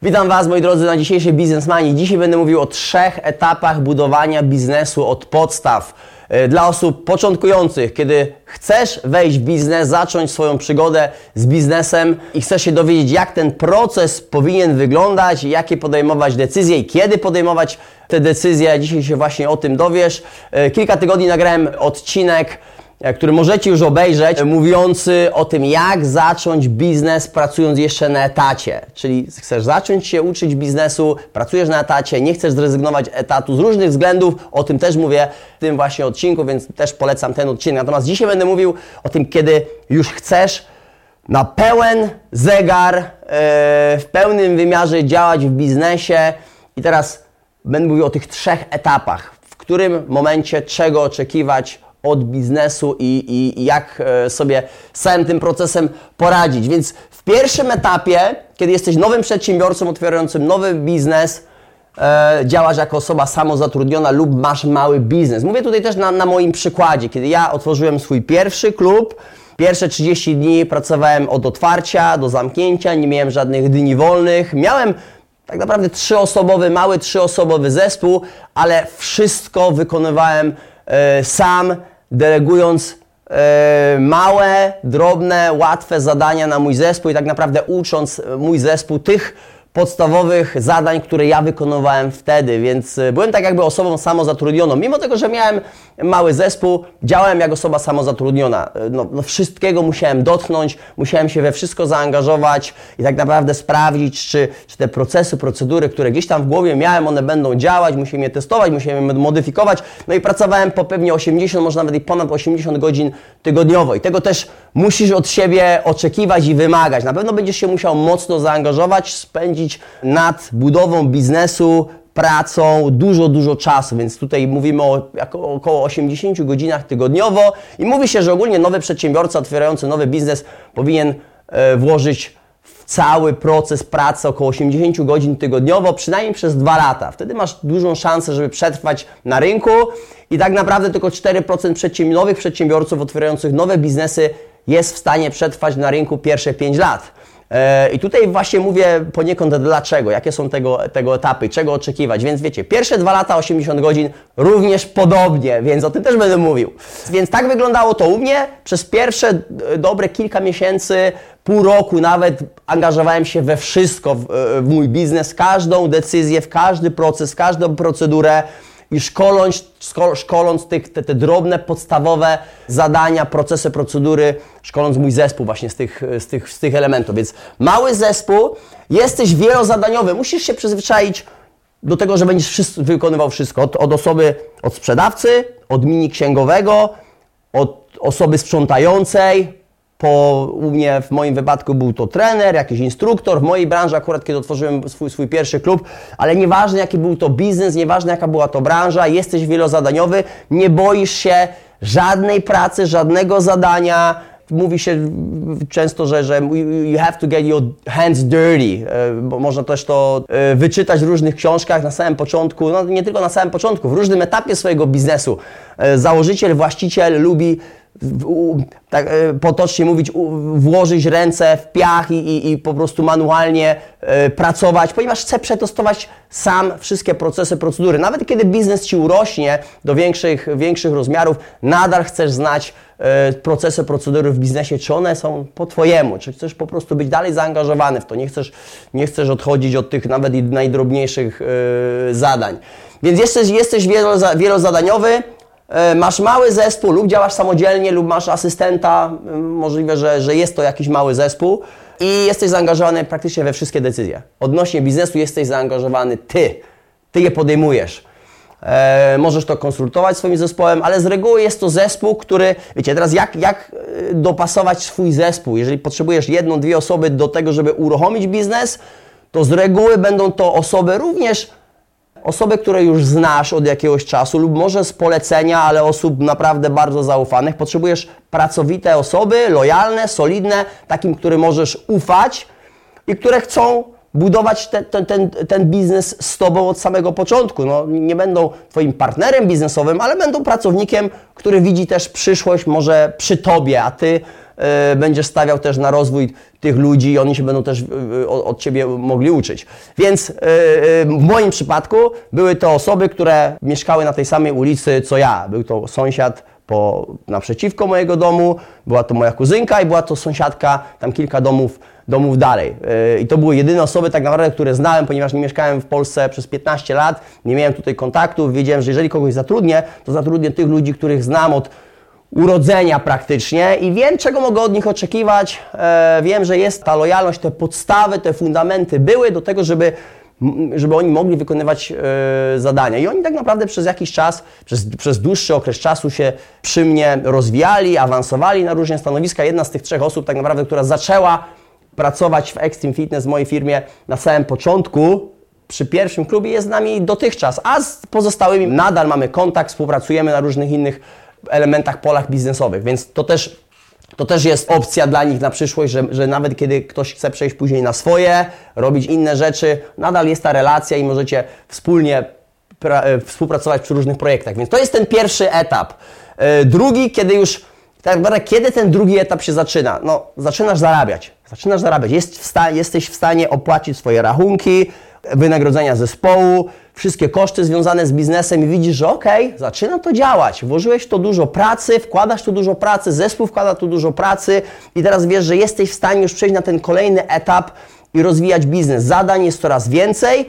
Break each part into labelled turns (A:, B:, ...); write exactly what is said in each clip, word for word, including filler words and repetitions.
A: Witam Was, moi drodzy, na dzisiejszej Biznesmanii. Dzisiaj będę mówił o trzech etapach budowania biznesu od podstaw. Dla osób początkujących, kiedy chcesz wejść w biznes, zacząć swoją przygodę z biznesem i chcesz się dowiedzieć, jak ten proces powinien wyglądać, jakie podejmować decyzje i kiedy podejmować te decyzje. Dzisiaj się właśnie o tym dowiesz. Kilka tygodni nagrałem odcinek, który możecie już obejrzeć, mówiący o tym, jak zacząć biznes pracując jeszcze na etacie. Czyli chcesz zacząć się uczyć biznesu, pracujesz na etacie, nie chcesz zrezygnować etatu z różnych względów, o tym też mówię w tym właśnie odcinku, więc też polecam ten odcinek. Natomiast dzisiaj będę mówił o tym, kiedy już chcesz na pełen zegar, w pełnym wymiarze działać w biznesie. I teraz będę mówił o tych trzech etapach, w którym momencie czego oczekiwać od biznesu i, i, i jak sobie z całym tym procesem poradzić. Więc w pierwszym etapie, kiedy jesteś nowym przedsiębiorcą otwierającym nowy biznes, e, działasz jako osoba samozatrudniona lub masz mały biznes. Mówię tutaj też na, na moim przykładzie, kiedy ja otworzyłem swój pierwszy klub, pierwsze trzydzieści dni pracowałem od otwarcia do zamknięcia, nie miałem żadnych dni wolnych, miałem tak naprawdę trzyosobowy, mały trzyosobowy zespół, ale wszystko wykonywałem e, sam, delegując e, małe, drobne, łatwe zadania na mój zespół i tak naprawdę ucząc mój zespół tych podstawowych zadań, które ja wykonywałem wtedy, więc byłem tak jakby osobą samozatrudnioną. Mimo tego, że miałem mały zespół, działałem jak osoba samozatrudniona. No, no wszystkiego musiałem dotknąć, musiałem się we wszystko zaangażować i tak naprawdę sprawdzić, czy, czy te procesy, procedury, które gdzieś tam w głowie miałem, one będą działać, musiałem je testować, musiałem je modyfikować. No i pracowałem po pewnie osiemdziesiąt, może nawet i ponad osiemdziesiąt godzin tygodniowo. I tego też musisz od siebie oczekiwać i wymagać. Na pewno będziesz się musiał mocno zaangażować, spędzić nad budową biznesu, pracą dużo, dużo czasu, więc tutaj mówimy o około osiemdziesięciu godzinach tygodniowo i mówi się, że ogólnie nowy przedsiębiorca otwierający nowy biznes powinien e, włożyć w cały proces pracy około osiemdziesiąt godzin tygodniowo, przynajmniej przez dwa lata. Wtedy masz dużą szansę, żeby przetrwać na rynku i tak naprawdę tylko cztery procent przedsiębior- nowych przedsiębiorców otwierających nowe biznesy jest w stanie przetrwać na rynku pierwsze pięć lat. I tutaj właśnie mówię poniekąd dlaczego, jakie są tego, tego etapy, czego oczekiwać. Więc wiecie, pierwsze dwa lata, osiemdziesiąt godzin, również podobnie, więc o tym też będę mówił. Więc tak wyglądało to u mnie. Przez pierwsze dobre kilka miesięcy, pół roku nawet angażowałem się we wszystko, w, w mój biznes, w każdą decyzję, w każdy proces, w każdą procedurę. I szkoląc, szkoląc tych, te, te drobne, podstawowe zadania, procesy, procedury, szkoląc mój zespół właśnie z tych, z tych, z tych elementów. Więc mały zespół, jesteś wielozadaniowy, musisz się przyzwyczaić do tego, że będziesz wszystko, wykonywał wszystko. Od, od osoby, od sprzedawcy, od mini księgowego, od osoby sprzątającej, po, u mnie w moim wypadku był to trener, jakiś instruktor, w mojej branży akurat kiedy otworzyłem swój, swój pierwszy klub, ale nieważne jaki był to biznes, nieważne jaka była to branża, jesteś wielozadaniowy, nie boisz się żadnej pracy, żadnego zadania. Mówi się często, że, że you have to get your hands dirty, bo można też to wyczytać w różnych książkach na samym początku, no nie tylko na samym początku, w różnym etapie swojego biznesu. Założyciel, właściciel lubi tak potocznie mówić, włożyć ręce w piach i, i, i po prostu manualnie e, pracować, ponieważ chce przetestować sam wszystkie procesy, procedury. Nawet kiedy biznes Ci urośnie do większych, większych rozmiarów, nadal chcesz znać e, procesy, procedury w biznesie, czy one są po Twojemu, czy chcesz po prostu być dalej zaangażowany w to, nie chcesz, nie chcesz odchodzić od tych nawet i najdrobniejszych e, zadań. Więc jesteś, jesteś wieloza, wielozadaniowy, masz mały zespół lub działasz samodzielnie lub masz asystenta, możliwe, że, że jest to jakiś mały zespół i jesteś zaangażowany praktycznie we wszystkie decyzje. Odnośnie biznesu jesteś zaangażowany Ty, Ty je podejmujesz. E, możesz to konsultować swoim zespołem, ale z reguły jest to zespół, który, wiecie, teraz jak, jak dopasować swój zespół, jeżeli potrzebujesz jedną, dwie osoby do tego, żeby uruchomić biznes, to z reguły będą to osoby również Osoby, które już znasz od jakiegoś czasu lub może z polecenia, ale osób naprawdę bardzo zaufanych. Potrzebujesz pracowite osoby, lojalne, solidne, takim, którym możesz ufać i które chcą budować te, ten, ten, ten biznes z Tobą od samego początku. No, nie będą Twoim partnerem biznesowym, ale będą pracownikiem, który widzi też przyszłość może przy Tobie, a Ty e, będziesz stawiał też na rozwój tych ludzi i oni się będą też e, od Ciebie mogli uczyć. Więc e, e, w moim przypadku były to osoby, które mieszkały na tej samej ulicy co ja. Był to sąsiad po, naprzeciwko mojego domu, była to moja kuzynka i była to sąsiadka tam kilka domów, domów dalej. I to były jedyne osoby tak naprawdę, które znałem, ponieważ nie mieszkałem w Polsce przez piętnaście lat, nie miałem tutaj kontaktów, wiedziałem, że jeżeli kogoś zatrudnię, to zatrudnię tych ludzi, których znam od urodzenia praktycznie i wiem, czego mogę od nich oczekiwać. Wiem, że jest ta lojalność, te podstawy, te fundamenty były do tego, żeby żeby oni mogli wykonywać e, zadania. I oni tak naprawdę przez jakiś czas, przez, przez dłuższy okres czasu się przy mnie rozwijali, awansowali na różne stanowiska. Jedna z tych trzech osób tak naprawdę, która zaczęła pracować w Extreme Fitness w mojej firmie na samym początku, przy pierwszym klubie jest z nami dotychczas, a z pozostałymi nadal mamy kontakt, współpracujemy na różnych innych elementach, polach biznesowych, więc to też To też jest opcja dla nich na przyszłość, że, że nawet kiedy ktoś chce przejść później na swoje, robić inne rzeczy, nadal jest ta relacja i możecie wspólnie pra, współpracować przy różnych projektach. Więc to jest ten pierwszy etap. Drugi, kiedy już, tak naprawdę, kiedy ten drugi etap się zaczyna? No, zaczynasz zarabiać. Zaczynasz zarabiać. Jest w sta, jesteś w stanie opłacić swoje rachunki, wynagrodzenia zespołu, wszystkie koszty związane z biznesem i widzisz, że okej, okay, zaczyna to działać. Włożyłeś w to dużo pracy, wkładasz tu dużo pracy, zespół wkłada tu dużo pracy i teraz wiesz, że jesteś w stanie już przejść na ten kolejny etap i rozwijać biznes. Zadań jest coraz więcej,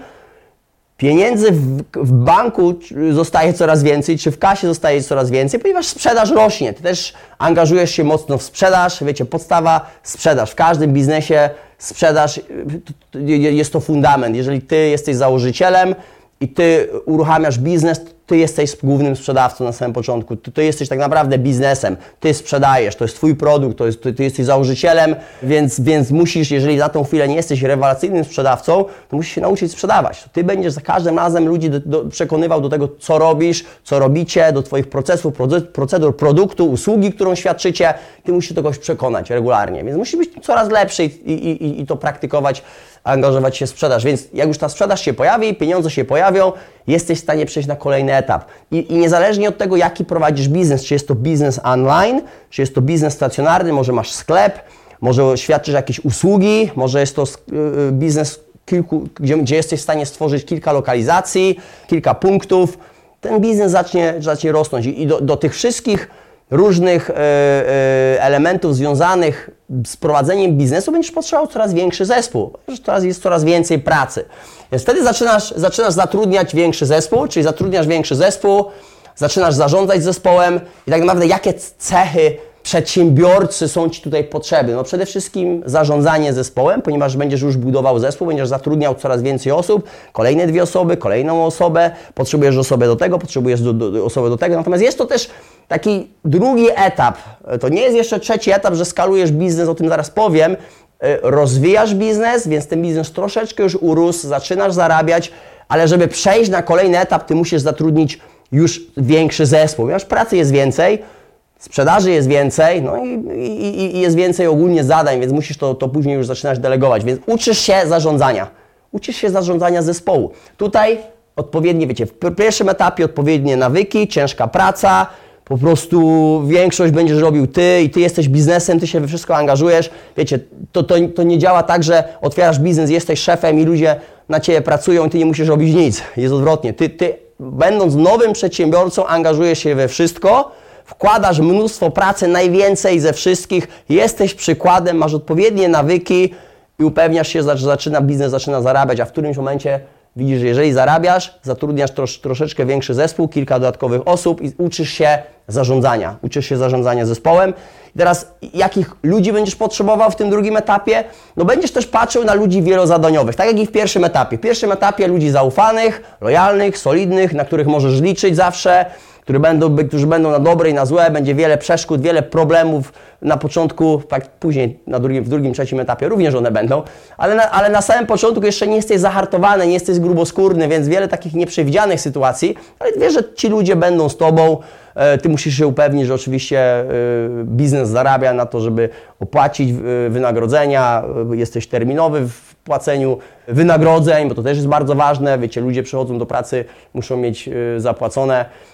A: pieniędzy w, w banku zostaje coraz więcej, czy w kasie zostaje coraz więcej, ponieważ sprzedaż rośnie. Ty też angażujesz się mocno w sprzedaż, wiecie, podstawa sprzedaż. W każdym biznesie sprzedaż jest to fundament. Jeżeli Ty jesteś założycielem i Ty uruchamiasz biznes, Ty jesteś głównym sprzedawcą na samym początku. Ty, ty jesteś tak naprawdę biznesem. Ty sprzedajesz, to jest Twój produkt, to jest, ty, ty jesteś założycielem, więc, więc musisz, jeżeli za tą chwilę nie jesteś rewelacyjnym sprzedawcą, to musisz się nauczyć sprzedawać. Ty będziesz za każdym razem ludzi do, do, przekonywał do tego, co robisz, co robicie, do Twoich procesów, procedur, produktu, usługi, którą świadczycie. Ty musisz do kogoś przekonać regularnie, więc musisz być coraz lepszy i, i, i, i to praktykować, angażować się w sprzedaż. Więc jak już ta sprzedaż się pojawi, pieniądze się pojawią, jesteś w stanie przejść na kolejny etap. I, I niezależnie od tego, jaki prowadzisz biznes, czy jest to biznes online, czy jest to biznes stacjonarny, może masz sklep, może świadczysz jakieś usługi, może jest to yy, biznes kilku, gdzie, gdzie jesteś w stanie stworzyć kilka lokalizacji, kilka punktów, ten biznes zacznie, zacznie rosnąć. I, i do, do tych wszystkich różnych y, y, elementów związanych z prowadzeniem biznesu będziesz potrzebował coraz większy zespół, teraz jest coraz więcej pracy. Więc wtedy zaczynasz, zaczynasz zatrudniać większy zespół, czyli zatrudniasz większy zespół, zaczynasz zarządzać zespołem i tak naprawdę jakie cechy przedsiębiorcy są Ci tutaj potrzebne? No przede wszystkim zarządzanie zespołem, ponieważ będziesz już budował zespół, będziesz zatrudniał coraz więcej osób, kolejne dwie osoby, kolejną osobę, potrzebujesz osobę do tego, potrzebujesz do, do, osobę do tego, natomiast jest to też taki drugi etap, to nie jest jeszcze trzeci etap, że skalujesz biznes, o tym zaraz powiem, rozwijasz biznes, więc ten biznes troszeczkę już urósł, zaczynasz zarabiać, ale żeby przejść na kolejny etap, Ty musisz zatrudnić już większy zespół, ponieważ pracy jest więcej, sprzedaży jest więcej, no i, i, i jest więcej ogólnie zadań, więc musisz to, to później już zaczynać delegować, więc uczysz się zarządzania, uczysz się zarządzania zespołu. Tutaj odpowiednie, wiecie, w pierwszym etapie odpowiednie nawyki, ciężka praca, po prostu większość będziesz robił Ty i Ty jesteś biznesem, Ty się we wszystko angażujesz. Wiecie, to, to, to nie działa tak, że otwierasz biznes, jesteś szefem i ludzie na Ciebie pracują i Ty nie musisz robić nic. Jest odwrotnie. Ty, ty będąc nowym przedsiębiorcą, angażujesz się we wszystko, wkładasz mnóstwo pracy, najwięcej ze wszystkich, jesteś przykładem, masz odpowiednie nawyki i upewniasz się, że zaczyna biznes, zaczyna zarabiać, a w którymś momencie widzisz, że jeżeli zarabiasz, zatrudniasz trosz, troszeczkę większy zespół, kilka dodatkowych osób i uczysz się zarządzania. Uczysz się zarządzania zespołem. I teraz jakich ludzi będziesz potrzebował w tym drugim etapie? No będziesz też patrzył na ludzi wielozadaniowych, tak jak i w pierwszym etapie. W pierwszym etapie ludzi zaufanych, lojalnych, solidnych, na których możesz liczyć zawsze, którzy będą, którzy będą na dobre i na złe, będzie wiele przeszkód, wiele problemów na początku, tak później na drugim, w drugim, trzecim etapie również one będą, ale na, ale na samym początku jeszcze nie jesteś zahartowany, nie jesteś gruboskórny, więc wiele takich nieprzewidzianych sytuacji, ale wiesz, że ci ludzie będą z Tobą, Ty musisz się upewnić, że oczywiście biznes zarabia na to, żeby opłacić wynagrodzenia, jesteś terminowy w płaceniu wynagrodzeń, bo to też jest bardzo ważne, wiecie, ludzie przychodzą do pracy, muszą mieć zapłacone.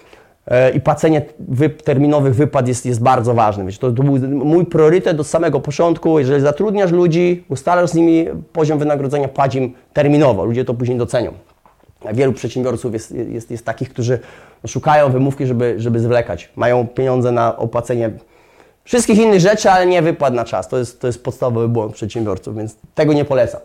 A: i płacenie wy, terminowych wypłat jest, jest bardzo ważne. Wiecie, to, to był mój priorytet od samego początku. Jeżeli zatrudniasz ludzi, ustalasz z nimi poziom wynagrodzenia, płać im terminowo. Ludzie to później docenią. Wielu przedsiębiorców jest, jest, jest takich, którzy szukają wymówki, żeby, żeby zwlekać. Mają pieniądze na opłacenie wszystkich innych rzeczy, ale nie wypłat na czas. To jest, to jest podstawowy błąd przedsiębiorców, więc tego nie polecam.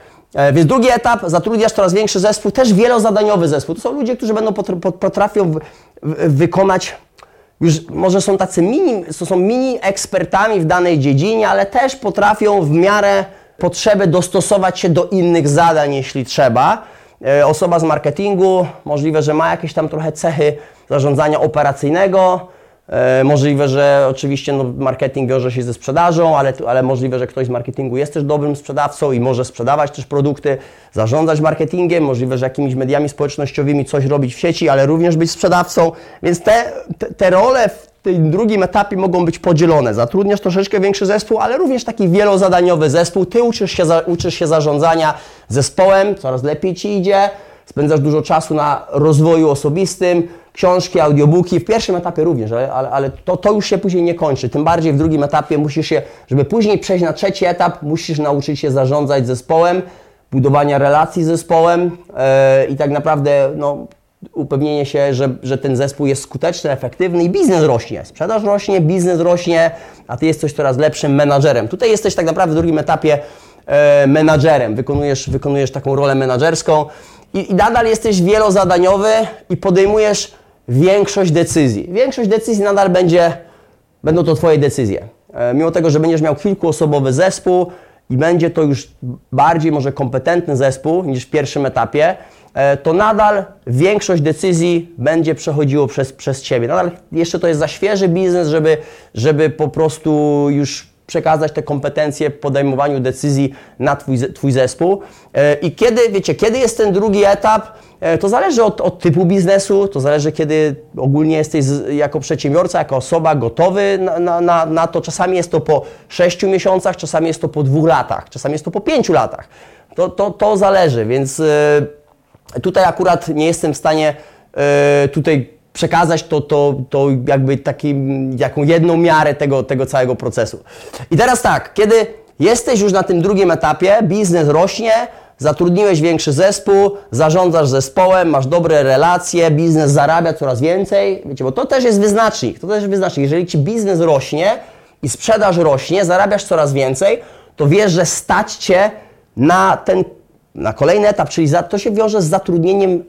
A: E, więc drugi etap, zatrudniasz coraz większy zespół, też wielozadaniowy zespół. To są ludzie, którzy będą potrafią w, w, wykonać, już może są tacy mini, to są mini ekspertami w danej dziedzinie, ale też potrafią w miarę potrzeby dostosować się do innych zadań, jeśli trzeba. E, osoba z marketingu, możliwe, że ma jakieś tam trochę cechy zarządzania operacyjnego. E, możliwe, że oczywiście no, marketing wiąże się ze sprzedażą, ale, ale możliwe, że ktoś z marketingu jest też dobrym sprzedawcą i może sprzedawać też produkty, zarządzać marketingiem, możliwe, że jakimiś mediami społecznościowymi coś robić w sieci, ale również być sprzedawcą, więc te, te, te role w tym drugim etapie mogą być podzielone. Zatrudniasz troszeczkę większy zespół, ale również taki wielozadaniowy zespół. Ty uczysz się, za, uczysz się zarządzania zespołem, coraz lepiej Ci idzie, spędzasz dużo czasu na rozwoju osobistym, książki, audiobooki, w pierwszym etapie również, ale, ale, ale to, to już się później nie kończy. Tym bardziej w drugim etapie musisz się, żeby później przejść na trzeci etap, musisz nauczyć się zarządzać zespołem, budowania relacji z zespołem yy, i tak naprawdę no, upewnienie się, że, że ten zespół jest skuteczny, efektywny i biznes rośnie. Sprzedaż rośnie, biznes rośnie, a Ty jesteś coraz lepszym menadżerem. Tutaj jesteś tak naprawdę w drugim etapie e, menadżerem. Wykonujesz, wykonujesz taką rolę menadżerską i, i nadal jesteś wielozadaniowy i podejmujesz większość decyzji. Większość decyzji nadal będzie, będą to Twoje decyzje. E, mimo tego, że będziesz miał kilkuosobowy zespół i będzie to już bardziej może kompetentny zespół niż w pierwszym etapie, to nadal większość decyzji będzie przechodziło przez, przez Ciebie. Nadal jeszcze to jest za świeży biznes, żeby, żeby po prostu już przekazać te kompetencje w podejmowaniu decyzji na Twój, twój zespół. I kiedy, wiecie, kiedy jest ten drugi etap, to zależy od, od typu biznesu, to zależy kiedy ogólnie jesteś jako przedsiębiorca, jako osoba gotowy na, na, na to. Czasami jest to po sześciu miesiącach, czasami jest to po dwóch latach, czasami jest to po pięciu latach. To, to, to zależy, więc tutaj akurat nie jestem w stanie y, tutaj przekazać to, to, to jakby takim, jaką jedną miarę tego, tego całego procesu. I teraz tak, kiedy jesteś już na tym drugim etapie, biznes rośnie, zatrudniłeś większy zespół, zarządzasz zespołem, masz dobre relacje, biznes zarabia coraz więcej, wiecie, bo to też jest wyznacznik, to też jest wyznacznik. Jeżeli Ci biznes rośnie i sprzedaż rośnie, zarabiasz coraz więcej, to wiesz, że stać Cię na ten na kolejny etap, czyli za, to się wiąże z zatrudnieniem yy,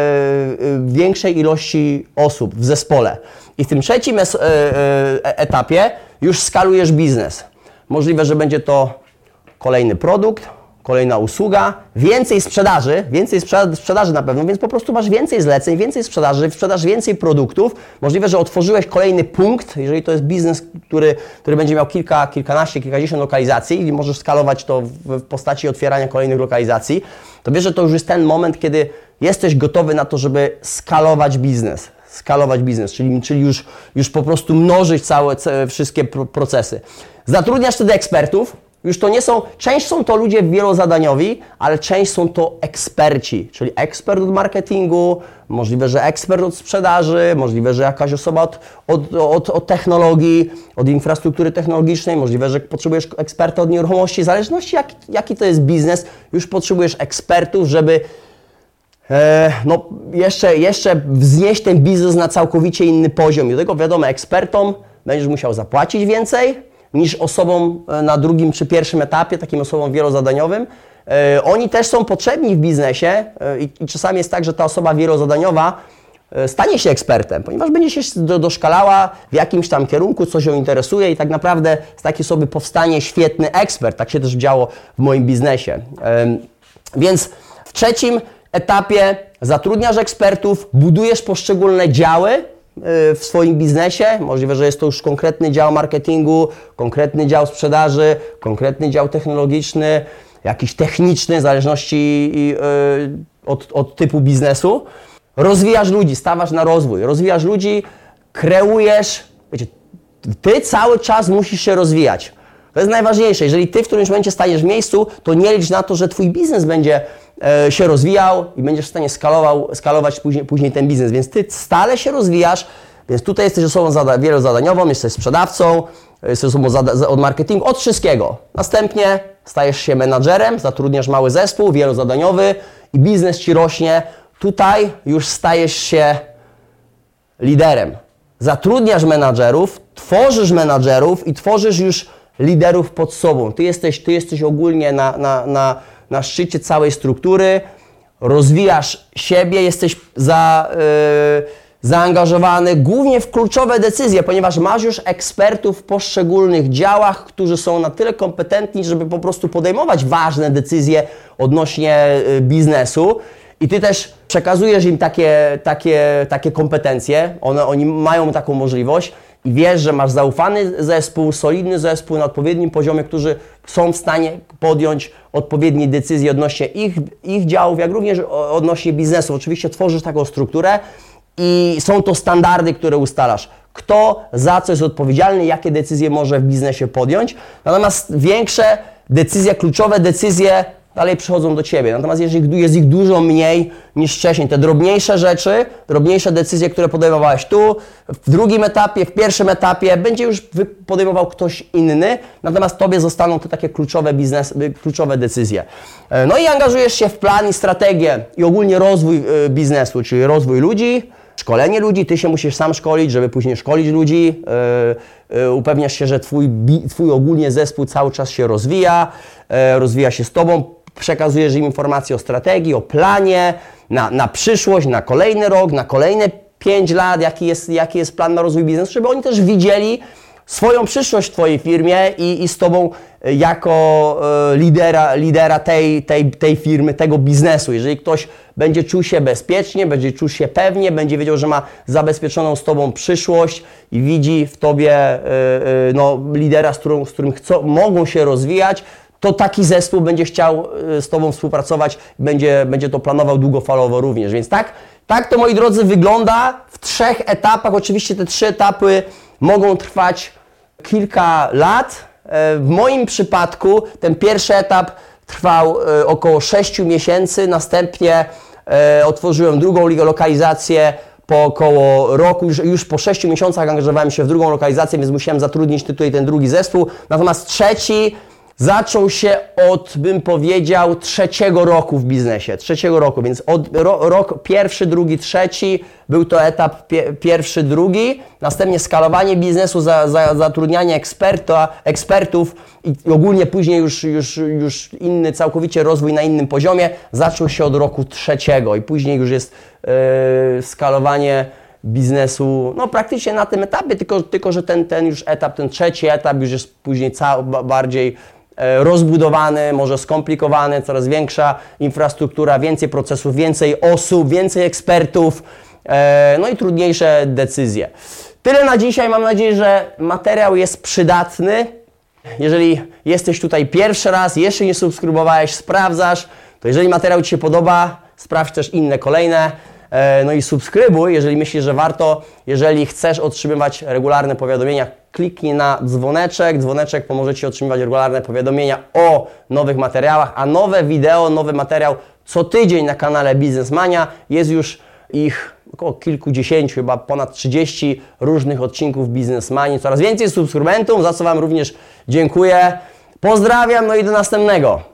A: yy, większej ilości osób w zespole. I w tym trzecim es, yy, yy, etapie już skalujesz biznes. Możliwe, że będzie to kolejny produkt, kolejna usługa, więcej sprzedaży, więcej sprzedaży na pewno, więc po prostu masz więcej zleceń, więcej sprzedaży, sprzedaż więcej produktów. Możliwe, że otworzyłeś kolejny punkt, jeżeli to jest biznes, który, który będzie miał kilka, kilkanaście, kilkadziesiąt lokalizacji i możesz skalować to w postaci otwierania kolejnych lokalizacji, to wiesz, że to już jest ten moment, kiedy jesteś gotowy na to, żeby skalować biznes. Skalować biznes, czyli, czyli już, już po prostu mnożyć całe, całe wszystkie procesy. Zatrudniasz wtedy ekspertów. Już to nie są, część są to ludzie wielozadaniowi, ale część są to eksperci, czyli ekspert od marketingu, możliwe, że ekspert od sprzedaży, możliwe, że jakaś osoba od, od, od, od technologii, od infrastruktury technologicznej, możliwe, że potrzebujesz eksperta od nieruchomości, w zależności jak, jaki to jest biznes, już potrzebujesz ekspertów, żeby e, no, jeszcze, jeszcze wznieść ten biznes na całkowicie inny poziom. I do tego wiadomo, ekspertom będziesz musiał zapłacić więcej niż osobom na drugim czy pierwszym etapie, takim osobom wielozadaniowym. E, oni też są potrzebni w biznesie e, i, i czasami jest tak, że ta osoba wielozadaniowa e, stanie się ekspertem, ponieważ będzie się do, doszkalała w jakimś tam kierunku, coś ją interesuje i tak naprawdę z takiej osoby powstanie świetny ekspert. Tak się też działo w moim biznesie. E, więc w trzecim etapie zatrudniasz ekspertów, budujesz poszczególne działy w swoim biznesie. Możliwe, że jest to już konkretny dział marketingu, konkretny dział sprzedaży, konkretny dział technologiczny, jakiś techniczny, w zależności od, od typu biznesu. Rozwijasz ludzi, stawiasz na rozwój, rozwijasz ludzi, kreujesz, wiecie, Ty cały czas musisz się rozwijać. To jest najważniejsze. Jeżeli Ty w którymś momencie stajesz w miejscu, to nie licz na to, że Twój biznes będzie e, się rozwijał i będziesz w stanie skalował, skalować później, później ten biznes. Więc Ty stale się rozwijasz, więc tutaj jesteś osobą zada wielozadaniową, jesteś sprzedawcą, jesteś osobą od marketingu, od wszystkiego. Następnie stajesz się menadżerem, zatrudniasz mały zespół wielozadaniowy i biznes Ci rośnie. Tutaj już stajesz się liderem. Zatrudniasz menadżerów, tworzysz menadżerów i tworzysz już liderów pod sobą. Ty jesteś, ty jesteś ogólnie na, na, na, na szczycie całej struktury, rozwijasz siebie, jesteś za, yy, zaangażowany głównie w kluczowe decyzje, ponieważ masz już ekspertów w poszczególnych działach, którzy są na tyle kompetentni, żeby po prostu podejmować ważne decyzje odnośnie yy, biznesu. I Ty też przekazujesz im takie, takie, takie kompetencje, one, oni mają taką możliwość i wiesz, że masz zaufany zespół, solidny zespół na odpowiednim poziomie, którzy są w stanie podjąć odpowiednie decyzje odnośnie ich, ich działów, jak również odnośnie biznesu. Oczywiście tworzysz taką strukturę i są to standardy, które ustalasz. Kto za co jest odpowiedzialny, jakie decyzje może w biznesie podjąć. Natomiast większe decyzje, kluczowe decyzje dalej przychodzą do Ciebie. Natomiast jeżeli jest ich dużo mniej niż wcześniej, te drobniejsze rzeczy, drobniejsze decyzje, które podejmowałeś tu, w drugim etapie, w pierwszym etapie, będzie już podejmował ktoś inny, natomiast Tobie zostaną te takie kluczowe biznes, kluczowe decyzje. No i angażujesz się w plan i strategię i ogólnie rozwój biznesu, czyli rozwój ludzi, szkolenie ludzi, Ty się musisz sam szkolić, żeby później szkolić ludzi, yy, yy, upewniasz się, że twój, twój ogólnie zespół cały czas się rozwija, yy, rozwija się z Tobą, przekazujesz im informacje o strategii, o planie, na, na przyszłość, na kolejny rok, na kolejne pięć lat, jaki jest, jaki jest plan na rozwój biznesu, żeby oni też widzieli swoją przyszłość w Twojej firmie i, i z Tobą jako y, lidera, lidera tej, tej, tej firmy, tego biznesu. Jeżeli ktoś będzie czuł się bezpiecznie, będzie czuł się pewnie, będzie wiedział, że ma zabezpieczoną z Tobą przyszłość i widzi w Tobie y, y, no, lidera, z, którą, z którym chcą, mogą się rozwijać, to taki zespół będzie chciał z Tobą współpracować, będzie, będzie to planował długofalowo również. Więc tak, tak to, moi drodzy, wygląda w trzech etapach. Oczywiście te trzy etapy mogą trwać kilka lat. W moim przypadku ten pierwszy etap trwał około sześciu miesięcy, następnie otworzyłem drugą lokalizację po około roku, już, już po sześciu miesiącach angażowałem się w drugą lokalizację, więc musiałem zatrudnić tutaj ten drugi zespół. Natomiast trzeci zaczął się od, bym powiedział, trzeciego roku w biznesie, trzeciego roku, więc od ro, rok pierwszy, drugi, trzeci był to etap pie, pierwszy, drugi, następnie skalowanie biznesu, za, za, zatrudnianie eksperta, ekspertów i ogólnie później już, już, już inny całkowicie rozwój na innym poziomie zaczął się od roku trzeciego i później już jest yy, skalowanie biznesu, no praktycznie na tym etapie, tylko, tylko że ten, ten już etap, ten trzeci etap już jest później cał, bardziej rozbudowany, może skomplikowany, coraz większa infrastruktura, więcej procesów, więcej osób, więcej ekspertów, no i trudniejsze decyzje. Tyle na dzisiaj. Mam nadzieję, że materiał jest przydatny. Jeżeli jesteś tutaj pierwszy raz, jeszcze nie subskrybowałeś, sprawdzasz, to jeżeli materiał Ci się podoba, sprawdź też inne kolejne. No i subskrybuj, jeżeli myślisz, że warto. Jeżeli chcesz otrzymywać regularne powiadomienia, kliknij na dzwoneczek. Dzwoneczek pomoże Ci otrzymywać regularne powiadomienia o nowych materiałach, a nowe wideo, nowy materiał co tydzień na kanale Biznesmania. Jest już ich około kilkudziesięciu, chyba ponad trzydzieści różnych odcinków Biznesmanii. Coraz więcej subskrybentów, za co Wam również dziękuję. Pozdrawiam, no i do następnego.